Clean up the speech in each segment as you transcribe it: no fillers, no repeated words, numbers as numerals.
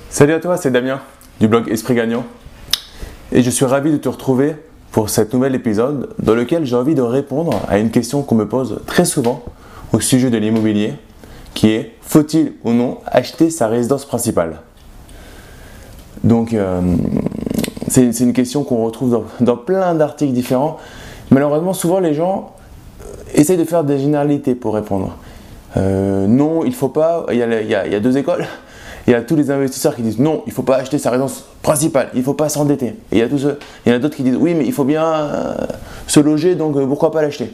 Salut à toi, c'est Damien du blog Esprit Gagnant et je suis ravi de te retrouver pour cet nouvel épisode dans lequel j'ai envie de répondre à une question qu'on me pose très souvent au sujet de l'immobilier qui est: faut-il ou non acheter sa résidence principale? Donc c'est une question qu'on retrouve dans plein d'articles différents. Malheureusement, souvent les gens essayent de faire des généralités pour répondre. Non, il ne faut pas, il y a deux écoles. Il y a tous les investisseurs qui disent non, il ne faut pas acheter sa résidence principale, il ne faut pas s'endetter. Et il y en a d'autres qui disent oui, mais il faut bien se loger, donc pourquoi pas l'acheter.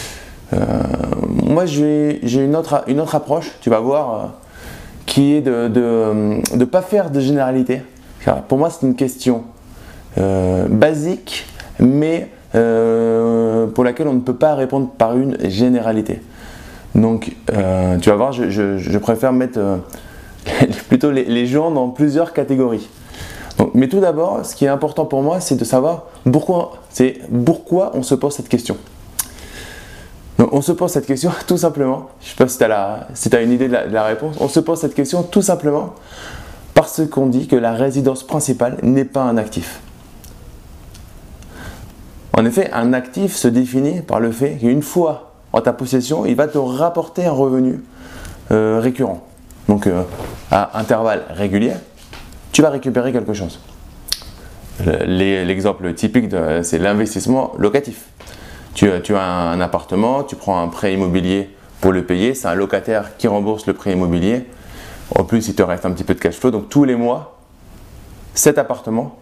Moi, j'ai une autre approche, tu vas voir, qui est de ne pas faire de généralité. Car pour moi, c'est une question basique, mais pour laquelle on ne peut pas répondre par une généralité. Donc, tu vas voir, je préfère mettre plutôt les gens dans plusieurs catégories. Donc, mais tout d'abord, ce qui est important pour moi, c'est de savoir pourquoi on se pose cette question. Donc, on se pose cette question tout simplement, je ne sais pas si tu as une idée de la réponse, on se pose cette question tout simplement parce qu'on dit que la résidence principale n'est pas un actif. En effet, un actif se définit par le fait qu'une fois en ta possession, il va te rapporter un revenu récurrent. Donc à intervalles réguliers, tu vas récupérer quelque chose. L'exemple typique, c'est l'investissement locatif. Tu as un appartement, tu prends un prêt immobilier pour le payer, c'est un locataire qui rembourse le prêt immobilier. En plus, il te reste un petit peu de cash flow, donc tous les mois, cet appartement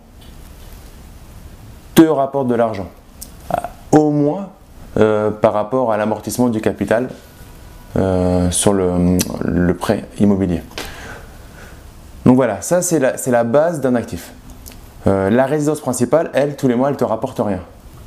te rapporte de l'argent. Au moins par rapport à l'amortissement du capital sur le prêt immobilier. Donc voilà, ça c'est la base d'un actif. La résidence principale, elle, tous les mois, elle ne te rapporte rien.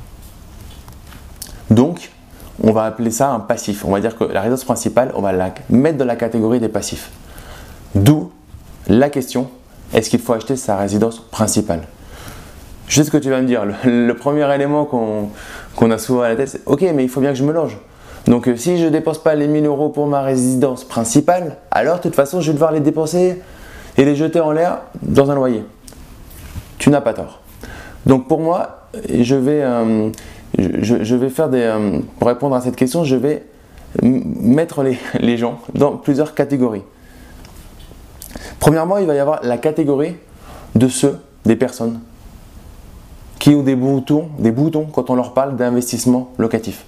Donc, on va appeler ça un passif. On va dire que la résidence principale, on va la mettre dans la catégorie des passifs. D'où la question, est-ce qu'il faut acheter sa résidence principale? Je sais ce que tu vas me dire. Le premier élément qu'on a souvent à la tête, c'est ok, mais il faut bien que je me loge. Donc si je ne dépense pas les 1000 € pour ma résidence principale, alors de toute façon je vais devoir les dépenser et les jeter en l'air dans un loyer. Tu n'as pas tort. Donc pour moi, je vais faire pour répondre à cette question, je vais mettre les gens dans plusieurs catégories. Premièrement, il va y avoir la catégorie des personnes qui ont des boutons quand on leur parle d'investissement locatif.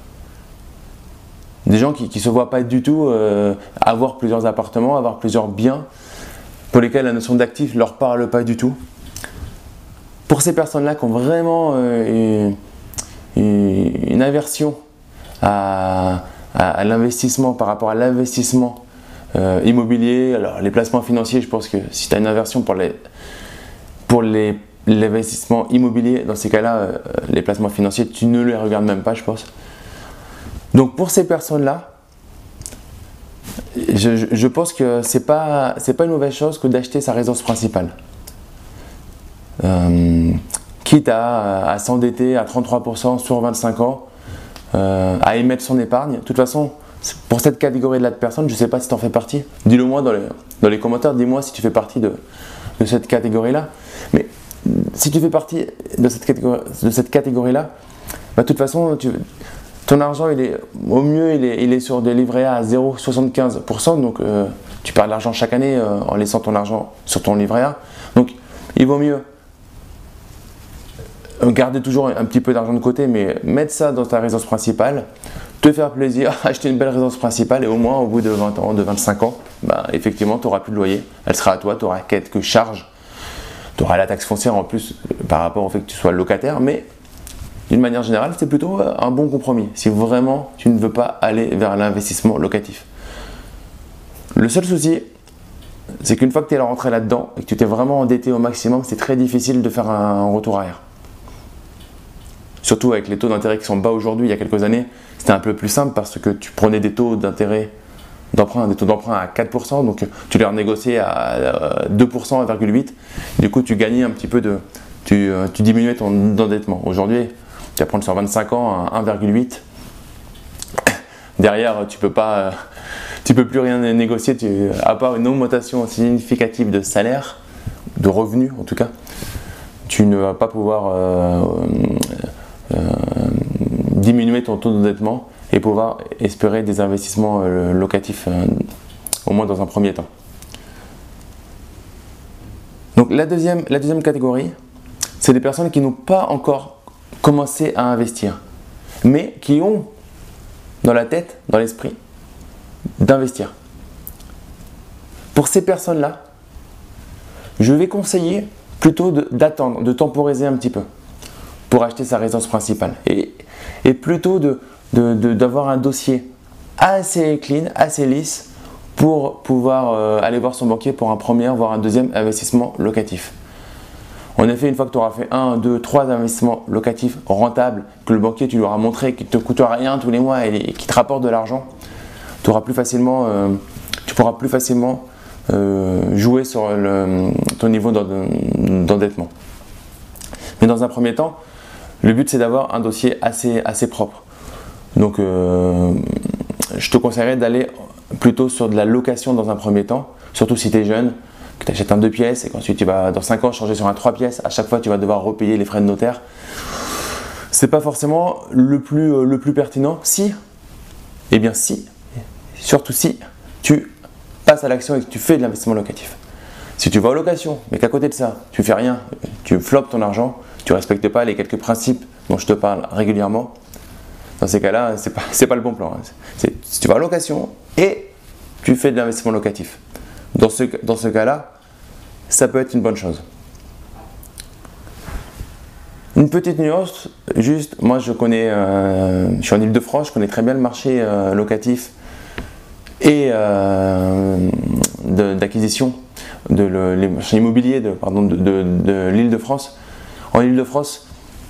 Des gens qui ne se voient pas du tout avoir plusieurs appartements, avoir plusieurs biens, pour lesquels la notion d'actif ne leur parle pas du tout. Pour ces personnes-là qui ont vraiment une aversion à l'investissement par rapport à l'investissement immobilier, alors les placements financiers, je pense que si tu as une aversion pour l'investissement immobilier, dans ces cas-là, les placements financiers, tu ne les regardes même pas, je pense. Donc pour ces personnes-là, je pense que c'est pas une mauvaise chose que d'acheter sa résidence principale. Quitte à s'endetter à 33% sur 25 ans, à émettre son épargne. De toute façon, pour cette catégorie-là de personnes, je ne sais pas si tu en fais partie. Dis-le moi dans les commentaires, dis-moi si tu fais partie de cette catégorie-là. Mais si tu fais partie de cette catégorie-là, bah, de toute façon, ton argent, au mieux, il est sur des livrets A à 0,75%. Donc, tu perds de l'argent chaque année en laissant ton argent sur ton livret A. Donc, il vaut mieux garder toujours un petit peu d'argent de côté, mais mettre ça dans ta résidence principale, te faire plaisir, acheter une belle résidence principale et au moins, au bout de 20 ans, de 25 ans, bah, effectivement, tu n'auras plus de loyer. Elle sera à toi, tu auras quelques charges. Tu auras la taxe foncière en plus par rapport au fait que tu sois locataire, mais d'une manière générale, c'est plutôt un bon compromis si vraiment tu ne veux pas aller vers l'investissement locatif. Le seul souci, c'est qu'une fois que tu es rentré là-dedans et que tu t'es vraiment endetté au maximum, c'est très difficile de faire un retour arrière. Surtout avec les taux d'intérêt qui sont bas aujourd'hui, il y a quelques années, c'était un peu plus simple parce que tu prenais des taux d'emprunt à 4%, donc tu les renégociais à 2%, à 1,8%. Du coup, tu gagnais un petit peu tu diminuais ton endettement. Aujourd'hui, tu vas prendre sur 25 ans à 1,8. Derrière, tu peux plus rien négocier, à part une augmentation significative de salaire. de revenus en tout cas, tu ne vas pas pouvoir diminuer ton taux d'endettement et pouvoir espérer des investissements locatifs au moins dans un premier temps. Donc la deuxième catégorie, c'est des personnes qui n'ont pas encore commencé à investir, mais qui ont dans la tête, dans l'esprit, d'investir. Pour ces personnes-là, je vais conseiller plutôt d'attendre, de temporiser un petit peu pour acheter sa résidence principale et plutôt d'avoir un dossier assez clean, assez lisse pour pouvoir aller voir son banquier pour un premier, voire un deuxième investissement locatif. En effet, une fois que tu auras fait 1, 2, 3 investissements locatifs rentables, que le banquier tu lui auras montré qu'il ne te coûte rien tous les mois et qui te rapporte de l'argent, tu pourras plus facilement jouer sur ton niveau d'endettement. Mais dans un premier temps, le but c'est d'avoir un dossier assez propre. Donc je te conseillerais d'aller plutôt sur de la location dans un premier temps, surtout si tu es jeune, que tu achètes un 2 pièces et qu'ensuite tu vas dans 5 ans changer sur un 3 pièces, à chaque fois tu vas devoir repayer les frais de notaire. C'est pas forcément le plus pertinent surtout si tu passes à l'action et que tu fais de l'investissement locatif. Si tu vas en location, mais qu'à côté de ça, tu fais rien, tu floppes ton argent, tu ne respectes pas les quelques principes dont je te parle régulièrement, dans ces cas-là, c'est pas le bon plan. Si tu vas en location et tu fais de l'investissement locatif, dans ce cas-là, ça peut être une bonne chose. Une petite nuance, juste, moi je suis en Ile-de-France, je connais très bien le marché locatif et d'acquisition, les marchés immobiliers de l'Île-de-France. En Île-de-France,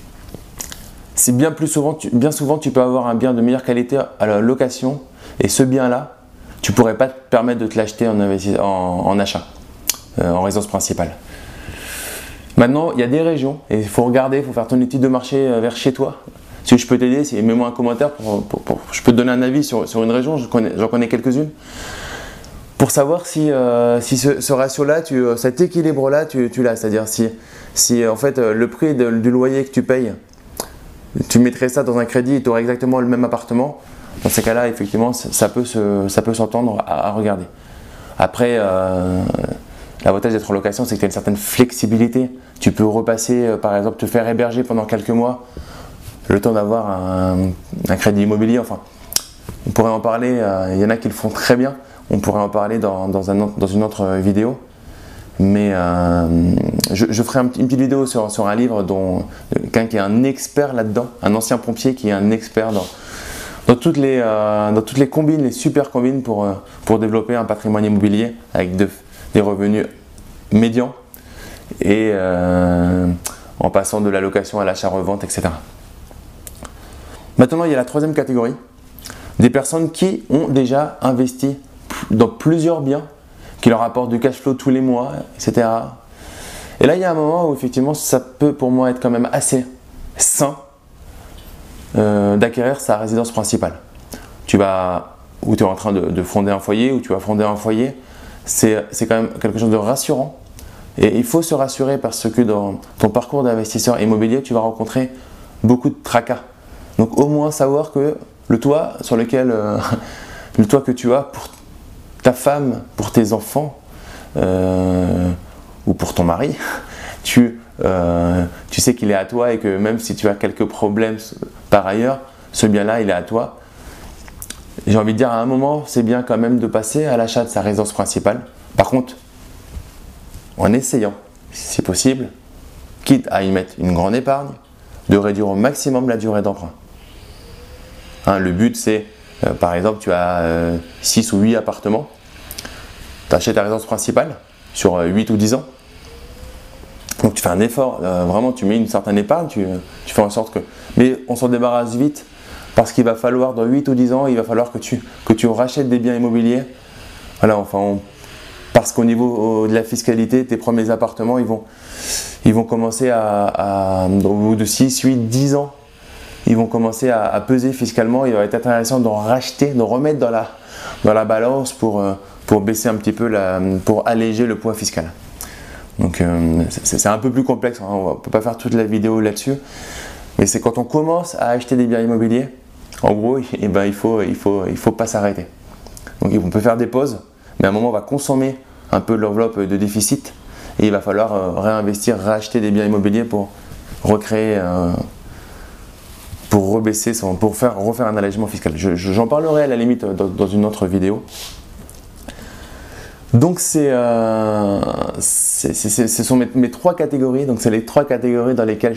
bien souvent tu peux avoir un bien de meilleure qualité à la location et ce bien-là, tu ne pourrais pas te permettre de te l'acheter en achat, en résidence principale. Maintenant, il y a des régions et il faut regarder, il faut faire ton étude de marché vers chez toi. Si je peux t'aider, mets-moi un commentaire, je peux te donner un avis sur une région, j'en connais quelques-unes. Pour savoir si ce ratio-là, cet équilibre-là, tu l'as. C'est-à-dire si en fait le prix du loyer que tu payes, tu mettrais ça dans un crédit et tu aurais exactement le même appartement, dans ces cas-là, effectivement, ça peut s'entendre à regarder. Après, l'avantage d'être en location, c'est que tu as une certaine flexibilité. Tu peux repasser, par exemple, te faire héberger pendant quelques mois, le temps d'avoir un crédit immobilier. Enfin, on pourrait en parler, il y en a qui le font très bien. On pourrait en parler dans une autre vidéo. Mais je ferai une petite vidéo sur un livre dont quelqu'un qui est un expert là-dedans, un ancien pompier qui est un expert dans toutes les combines, les super combines pour développer un patrimoine immobilier avec des revenus médians et en passant de la location à l'achat-revente, etc. Maintenant, il y a la troisième catégorie, des personnes qui ont déjà investi dans plusieurs biens, qui leur apportent du cash flow tous les mois, etc. Et là, il y a un moment où effectivement, ça peut pour moi être quand même assez sain d'acquérir sa résidence principale. Ou tu es en train de fonder un foyer, ou tu vas fonder un foyer, c'est quand même quelque chose de rassurant. Et il faut se rassurer parce que dans ton parcours d'investisseur immobilier, tu vas rencontrer beaucoup de tracas. Donc au moins savoir que le toit le toit que tu as pour ta femme, pour tes enfants ou pour ton mari, tu sais qu'il est à toi et que même si tu as quelques problèmes par ailleurs, ce bien-là, il est à toi. J'ai envie de dire à un moment, c'est bien quand même de passer à l'achat de sa résidence principale. Par contre, en essayant, si possible, quitte à y mettre une grande épargne, de réduire au maximum la durée d'emprunt. Le but c'est, par exemple, tu as 6 ou 8 appartements, tu achètes ta résidence principale sur 8 ou 10 ans, donc tu fais un effort, vraiment tu mets une certaine épargne, tu fais en sorte que… Mais on s'en débarrasse vite parce qu'il va falloir, dans 8 ou 10 ans, il va falloir que tu rachètes des biens immobiliers. Voilà, parce qu'au niveau de la fiscalité, tes premiers appartements, ils vont commencer au bout de 6, 8, 10 ans, ils vont commencer à peser fiscalement. Il va être intéressant d'en racheter, de remettre dans la balance pour baisser un petit peu, pour alléger le poids fiscal. Donc c'est un peu plus complexe, hein, on ne peut pas faire toute la vidéo là-dessus. Mais c'est quand on commence à acheter des biens immobiliers, en gros, eh ben, il faut pas s'arrêter. Donc on peut faire des pauses, mais à un moment on va consommer un peu l'enveloppe de déficit et il va falloir réinvestir, racheter des biens immobiliers pour recréer, pour refaire un allègement fiscal. J'en parlerai à la limite dans une autre vidéo. Donc ce sont mes trois catégories. Donc c'est les trois catégories dans lesquelles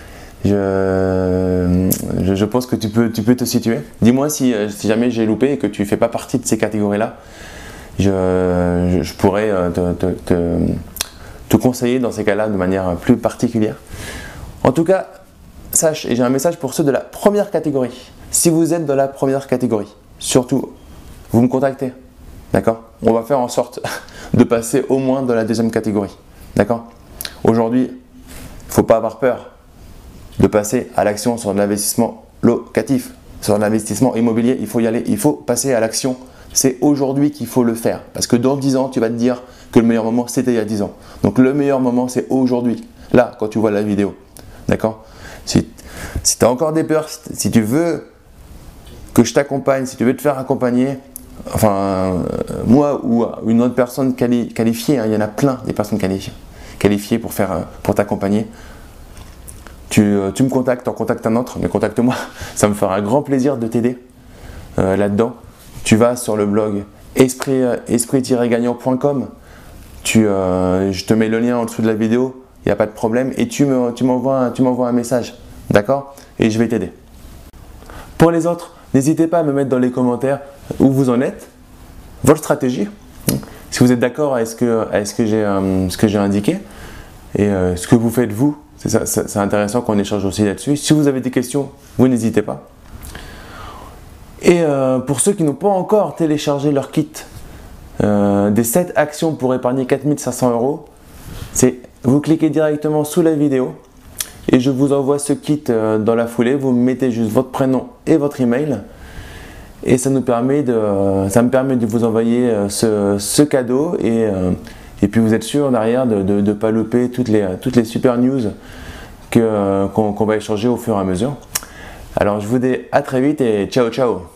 je pense que tu peux te situer. Dis-moi si jamais j'ai loupé et que tu ne fais pas partie de ces catégories-là. Je pourrais te conseiller dans ces cas-là de manière plus particulière. En tout cas, sache, et j'ai un message pour ceux de la première catégorie. Si vous êtes dans la première catégorie, surtout, vous me contactez. D'accord? On va faire en sorte de passer au moins dans la deuxième catégorie. D'accord? Aujourd'hui, il ne faut pas avoir peur de passer à l'action sur de l'investissement locatif, sur de l'investissement immobilier. Il faut y aller, il faut passer à l'action. C'est aujourd'hui qu'il faut le faire. Parce que dans 10 ans, tu vas te dire que le meilleur moment, c'était il y a 10 ans. Donc le meilleur moment, c'est aujourd'hui. Là, quand tu vois la vidéo. D'accord? Si tu as encore des peurs, si tu veux que je t'accompagne, si tu veux te faire accompagner, enfin, moi ou une autre personne qualifiée, hein, il y en a plein des personnes qualifiées pour t'accompagner. Tu me contactes, en contacte un autre, mais contacte-moi, ça me fera un grand plaisir de t'aider là-dedans. Tu vas sur le blog esprit-gagnant.com, je te mets le lien en dessous de la vidéo, il n'y a pas de problème, et tu m'envoies un message, d'accord? Et je vais t'aider. Pour les autres, n'hésitez pas à me mettre dans les commentaires où vous en êtes, votre stratégie, si vous êtes d'accord avec ce que j'ai indiqué, et ce que vous faites vous. C'est intéressant qu'on échange aussi là-dessus. Si vous avez des questions, vous n'hésitez pas. Et pour ceux qui n'ont pas encore téléchargé leur kit des 7 actions pour épargner 4 500 €, vous cliquez directement sous la vidéo et je vous envoie ce kit dans la foulée. Vous mettez juste votre prénom et votre email et ça me permet de vous envoyer ce cadeau et puis vous êtes sûr derrière de ne pas louper toutes les super news qu'on va échanger au fur et à mesure. Alors je vous dis à très vite et ciao ciao.